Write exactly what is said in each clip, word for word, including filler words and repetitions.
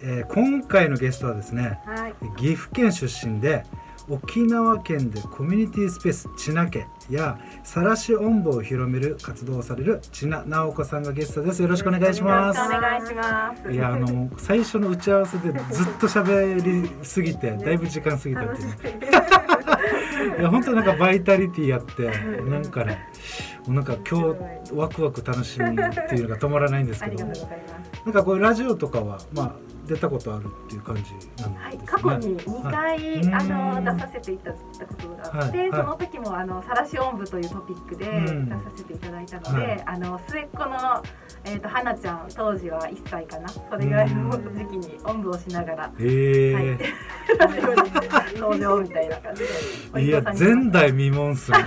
えー、今回のゲストはですね、はい、岐阜県出身で沖縄県でコミュニティスペースちなけやさらし音部を広める活動をされる千奈直子さんがゲストです。よろしくお願いします。 よろしくお願いします。 いやあの最初の打ち合わせでずっと喋りすぎてだいぶ時間過ぎたっていうねいや本当なんかバイタリティやってなんかねなんか今日ワクワク楽しみっていうのが止まらないんですけど、なんかこういうラジオとかはまあ出たことあるっていう感じなんですね。 はい、過去ににかい、はい、あの出させていただいたことがあって、はいはい、その時もあのさらし音部というトピックで出させていただいたので、はい、あの末っ子の、えーと、花ちゃん当時はいっさいかな、それぐらいの時期に音部をしながら、 えーはい、登場みたいな感じで。 いや前代未聞っすね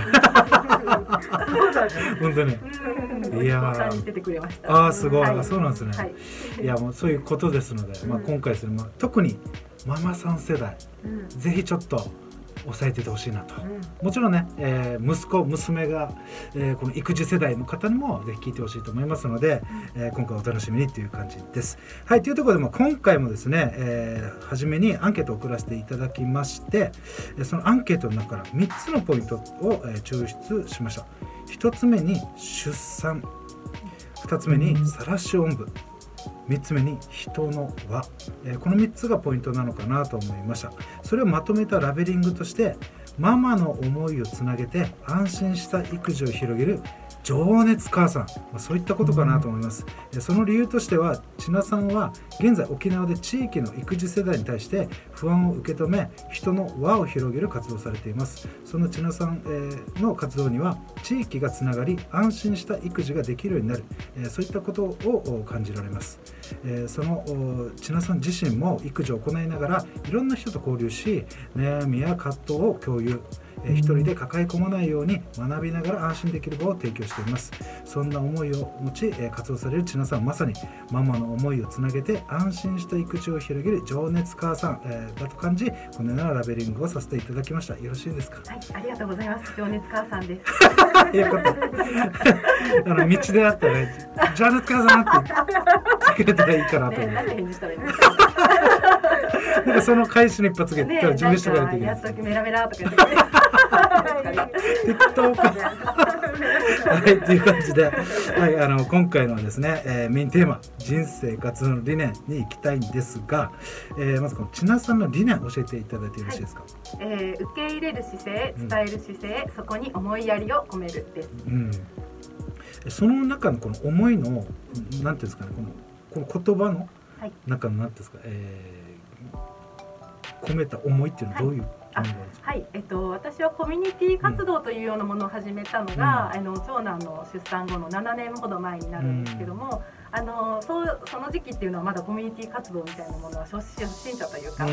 本当に。 いやー、出てくれました。 ああすごい、はい、そうなんですね、 はい、 いやもうそういうことですので、まあ、今回ですね、まあ、特にママさん世代、うん、ぜひちょっと押さえていてほしいなと、うん、もちろんね、えー、息子娘が、えー、この育児世代の方にもぜひ聞いてほしいと思いますので、うん、えー、今回お楽しみにという感じです。はい、というところでも今回もですね、えー、初めにアンケートを送らせていただきまして、そのアンケートの中からみっつのポイントを、えー、抽出しました。ひとつめに出産、ふたつめにさらし音部、みっつめに人の輪、えー、このみっつがポイントなのかなと思いました。それをまとめたラベリングとしてママの思いをつなげて安心した育児を広げる情熱母さん、まあ、そういったことかなと思います。その理由としては千奈さんは現在沖縄で地域の育児世代に対して不安を受け止め人の輪を広げる活動をされています。その千奈さんの活動には地域がつながり安心した育児ができるようになる、そういったことを感じられます。その千奈さん自身も育児を行いながらいろんな人と交流し悩みや葛藤を共有、一人で抱え込まないように学びながら安心できる場を提供しています。そんな思いを持ち活動される千奈さん、まさにママの思いをつなげて安心した育児を広げる情熱母さん、えー、だと感じ、このようなラベリングをさせていただきました。よろしいですか？ はい、ありがとうございます。情熱母さんですよかったあの道であったら、ね、情熱母さんって言ってくれたらいいかなと思います、ね、 返事したらいいなんかその開始の一発が、ね、準備してからいいやっとメラメラとか言って適当かはいという感じで、はい、あの今回のですね、えー、メインテーマ人生活の理念に行きたいんですが、えー、まずこの千奈さんの理念を教えていただいてよろしいですか？ はい、えー、受け入れる姿勢、伝える姿勢、うん、そこに思いやりを込めるです、 うん、その中のこの思いのなんていうんですかね、この、この言葉の中のなんていうんですか、えー、込めた思いっていうのはどういう、はいはい、えっと、私はコミュニティ活動というようなものを始めたのが、うん、あの長男の出産後のななねんほど前になるんですけども、うん、あの そ, その時期っていうのはまだコミュニティ活動みたいなものは初心者というか、うん、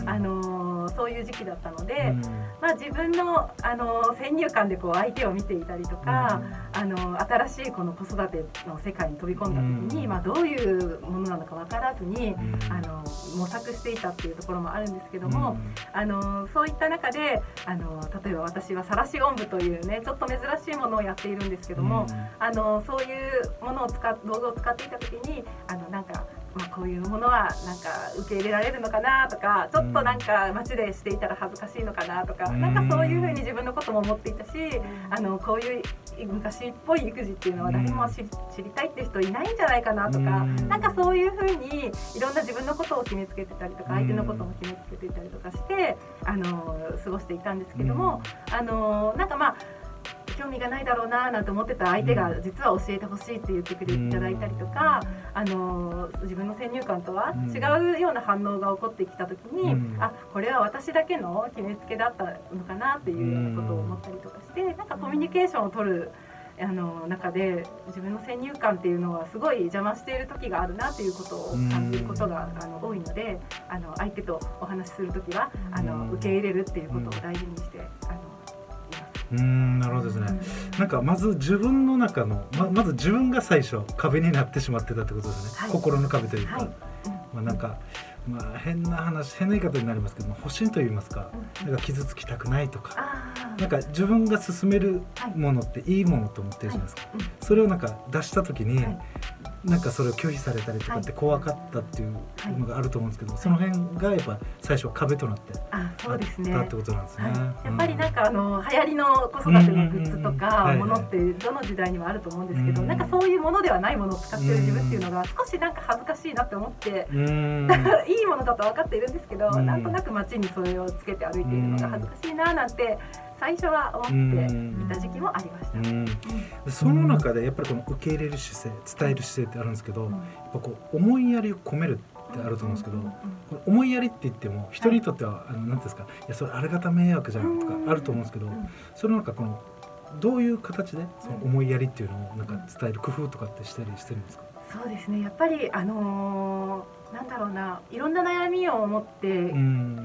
あのそういう時期だったので、うん、まあ、自分の、あの先入観でこう相手を見ていたりとか、うん、あの新しいこの子育ての世界に飛び込んだ時に、うん、まあ、どういうものなのか分からずに、うん、あの模索していたっていうところもあるんですけども、うん、あのそういった中であの例えば私はさらし音部というねちょっと珍しいものをやっているんですけども、うん、あのそういうものを使っ道具を使っていた時にあのなんか、まあ、こういうものはなんか受け入れられるのかなとか、ちょっとなんか街でしていたら恥ずかしいのかなとか、うん、なんかそういうふうに自分のことも思っていたし、あのこういう昔っぽい育児っていうのは誰も知り、知りたいっていう人いないんじゃないかなとか、うん、なんかそういうふうにいろんな自分のことを決めつけてたりとか相手のことも決めつけていたりとかしてあの過ごしていたんですけども、うん、あのなんかまあ興味がないだろうななんて思ってた相手が実は教えてほしいって言ってくれていただいたりとか、うん、あの自分の先入観とは違うような反応が起こってきた時に、うん、あこれは私だけの決めつけだったのかなっていうようなことを思ったりとかして、なんかコミュニケーションを取るあの中で自分の先入観っていうのはすごい邪魔している時があるなということを感じることがあの多いので、あの相手とお話しする時はあの受け入れるっていうことを大事にしてあのうーんなるほどですね、うん、なんかまず自分の中の ま, まず自分が最初壁になってしまってたってことですね、はい、心の壁というか、はい、まあ、なんか、まあ、変な話変な言い方になりますけども保身といいますか、うん、なんか傷つきたくないとか、なんか自分が進めるものっていいものと思ってるじゃないですか、はい、うん、それをなんか出した時に、はい、 なんかそれを拒否されたりとかって怖かったっていうのがあると思うんですけど、はい、その辺がやっぱ最初は壁となってあったってことなんですね。 はい、やっぱりなんかあの流行りの子育てのグッズとかものってどの時代にもあると思うんですけど、なんかそういうものではないものを使ってる自分っていうのが少しなんか恥ずかしいなって思って、いいものだと分かっているんですけど、なんとなく街にそれをつけて歩いているのが恥ずかしいななんて最初は思っていた時期もありました。うん、 うん、その中でやっぱりこの受け入れる姿勢、伝える姿勢ってあるんですけど、うん、やっぱこう思いやりを込めるってあると思うんですけど、うんうんうん、これ思いやりって言っても人にとっては、はい、あのなんていうんですか、いやそれあれがた迷惑じゃんとかあると思うんですけど、うんうん、そのなんかこのどういう形でその思いやりっていうのをなんか伝える工夫とかってしたりしてるんですか？ そうですね、やっぱりあのー、なんだろうな、いろんな悩みを持って、うん、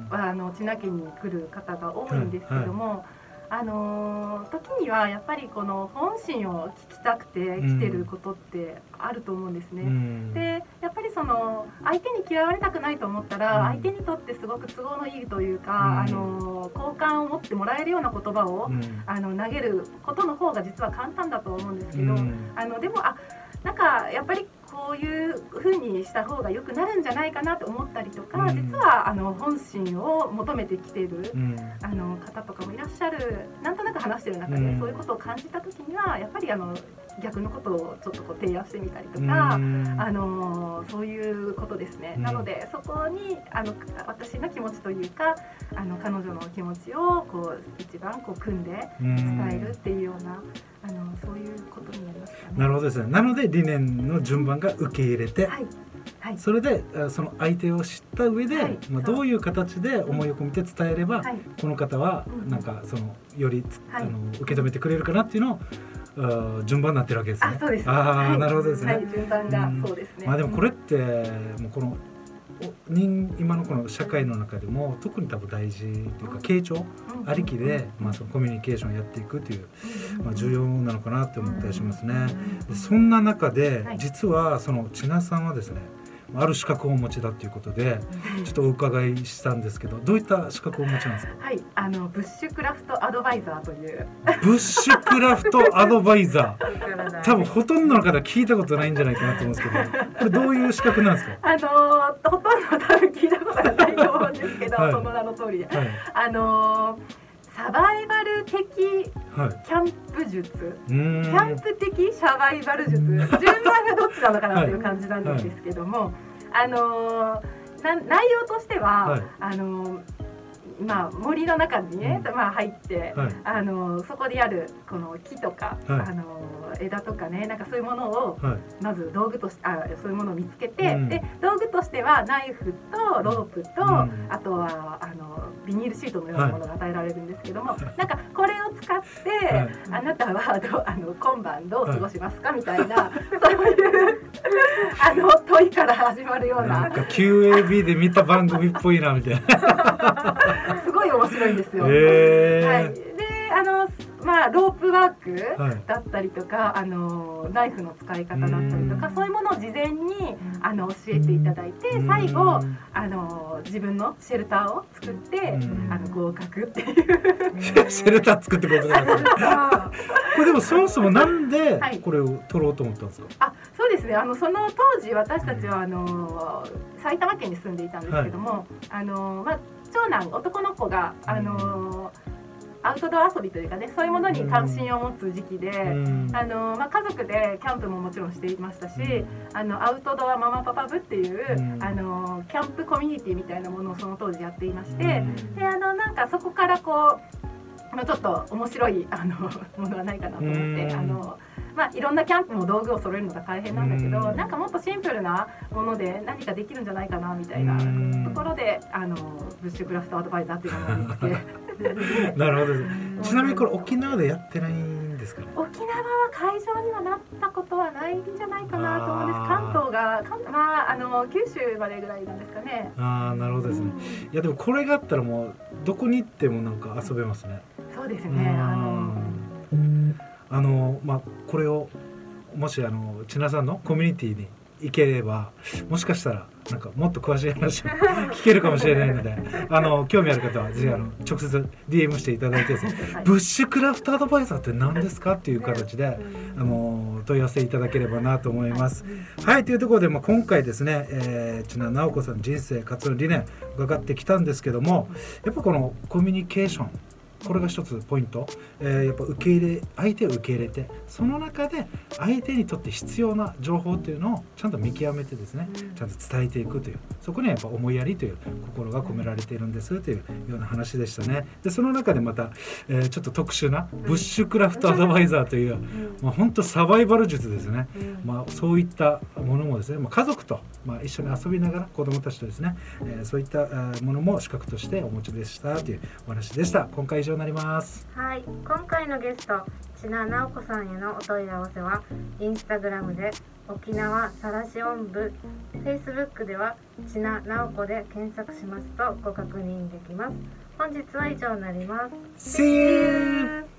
あの千奈家に来る方が多いんですけども、はいはい、あのー、時にはやっぱりこの本心を聞きたくて来てることってあると思うんですね、うん、でやっぱりその相手に嫌われたくないと思ったら、うん、相手にとってすごく都合のいいというか、うん、あのー、好感を持ってもらえるような言葉を、うん、あの投げることの方が実は簡単だと思うんですけど、うん、あのでもあなんかやっぱりこういう風にした方が良くなるんじゃないかなと思ったりとか、うん、実はあの本心を求めてきている、うん、あの方とかもいらっしゃる、なんとなく話してる中で、うん、そういうことを感じた時にはやっぱりあの逆のことをちょっとこう提案してみたりとか、うん、あのそういうことですね、うん、なのでそこにあの私の気持ちというかあの彼女の気持ちをこう一番こう組んで伝えるっていうような、あのそういうことになりますかね。 なるほどですね。なので理念の順番が受け入れて、はいはい、それでその相手を知った上で、はい、まあ、どういう形で思いを込めて伝えれば、はい、この方はなんかそのより、はい、あの受け止めてくれるかなっていうのを順番になってるわけですね。 あ、そうです。 あ、はい、なるほどですね。 はい、順番がそうですね。 まあでもこれってもうこの今のこの社会の中でも特に多分大事というか傾聴ありきで、まあ、そのコミュニケーションをやっていくという、まあ、重要なのかなって思ったりしますね。でそんな中で実はその千奈さんはですね、ある資格をお持ちだということでちょっとお伺いしたんですけど、どういった資格をお持ちなんですか？ はい、あのブッシュクラフトアドバイザーというブッシュクラフトアドバイザー多分ほとんどの方聞いたことないんじゃないかなと思うんですけど、これどういう資格なんですか？ あのほとんど多分聞いたことがないと思うんですけど、はい、その名の通りで、はい、あのサバイバル的キャンプ術、はい、キャンプ的サバイバル術、順番がどっちなのかなという感じなんですけども、はいはい、あのー、な内容としては、はい、あのーまあ、森の中にね、うん、まあ、入って、はい、あのそこでやるこの木とか、はい、あの枝とかね、なんかそういうものを、はい、まず道具としてあそういうものを見つけて、うん、で道具としてはナイフとロープと、うん、あとはあのビニールシートのようなものが与えられるんですけども、はい、なんかこれを使って、はい、あなたはどあの今晩どう過ごしますか、はい、みたいなそういうあの問いから始まるような、 なんか キューエービー で見た番組っぽいなみたいなすごい面白いんですよ。 えー、 はい、であのまあ、ロープワークだったりとか、はい、あのナイフの使い方だったりとか、そういうものを事前にあの教えていただいて、最後あの自分のシェルターを作ってあの合格っていうシェルター作って合格なんですねこれでもそもそもなんでこれを取ろうと思ったんですか？ はい、あ、そうですね、あのその当時私たちはあの埼玉県に住んでいたんですけども、はい、あのまあ長男男の子があのアウトドア遊びというかね、そういうものに関心を持つ時期で、あの、まあ、家族でキャンプももちろんしていましたし、あのアウトドアママパパ部っていうあのキャンプコミュニティみたいなものをその当時やっていまして、であのなんかそこからこう、まあ、ちょっと面白いあのものはないかなと思って、あのまあ、いろんなキャンプも道具を揃えるのが大変なんだけど、なんかもっとシンプルなもので何かできるんじゃないかなみたいなところで、あのブッシュクラフトアドバイザーっていうのを見つけなるほどです。ちなみにこれ沖縄でやってないんですかね？ 沖縄は会場にはなったことはないんじゃないかなと思うんです。関東が関、まあ、あの九州までぐらいなんですかね。 ああ、なるほどですね、うん、いやでもこれがあったらもうどこに行ってもなんか遊べますね。 そうですね、あのあの、まあ、これをもしあの千奈さんのコミュニティにいければもしかしたらなんかもっと詳しい話を聞けるかもしれないのであの興味ある方はぜひあの直接 ディーエム していただいてですね、はい、ブッシュクラフトアドバイザーって何ですかっていう形で、あの問い合わせいただければなと思います。はい、というところで、まあ、今回ですね、えー、千奈直子さん人生活の理念伺ってきたんですけども、やっぱこのコミュニケーションこれが一つポイント、えー、やっぱ受け入れ相手を受け入れてその中で相手にとって必要な情報っていうのをちゃんと見極めてですね、ちゃんと伝えていくというそこにはやっぱ思いやりという心が込められているんですというような話でしたね。でその中でまた、えー、ちょっと特殊なブッシュクラフトアドバイザーという、まあ、本当サバイバル術ですね、まあ、そういったものもですね、まあ、家族と、まあ、一緒に遊びながら子どもたちとですね、えー、そういったものも資格としてお持ちでしたというお話でした。今回以上になります。 はい、今回のゲスト千奈直子さんへのお問い合わせはインスタグラムで沖縄さらし音部、フェイスブックでは千奈直子で検索しますとご確認できます。本日は以上になります。 See you!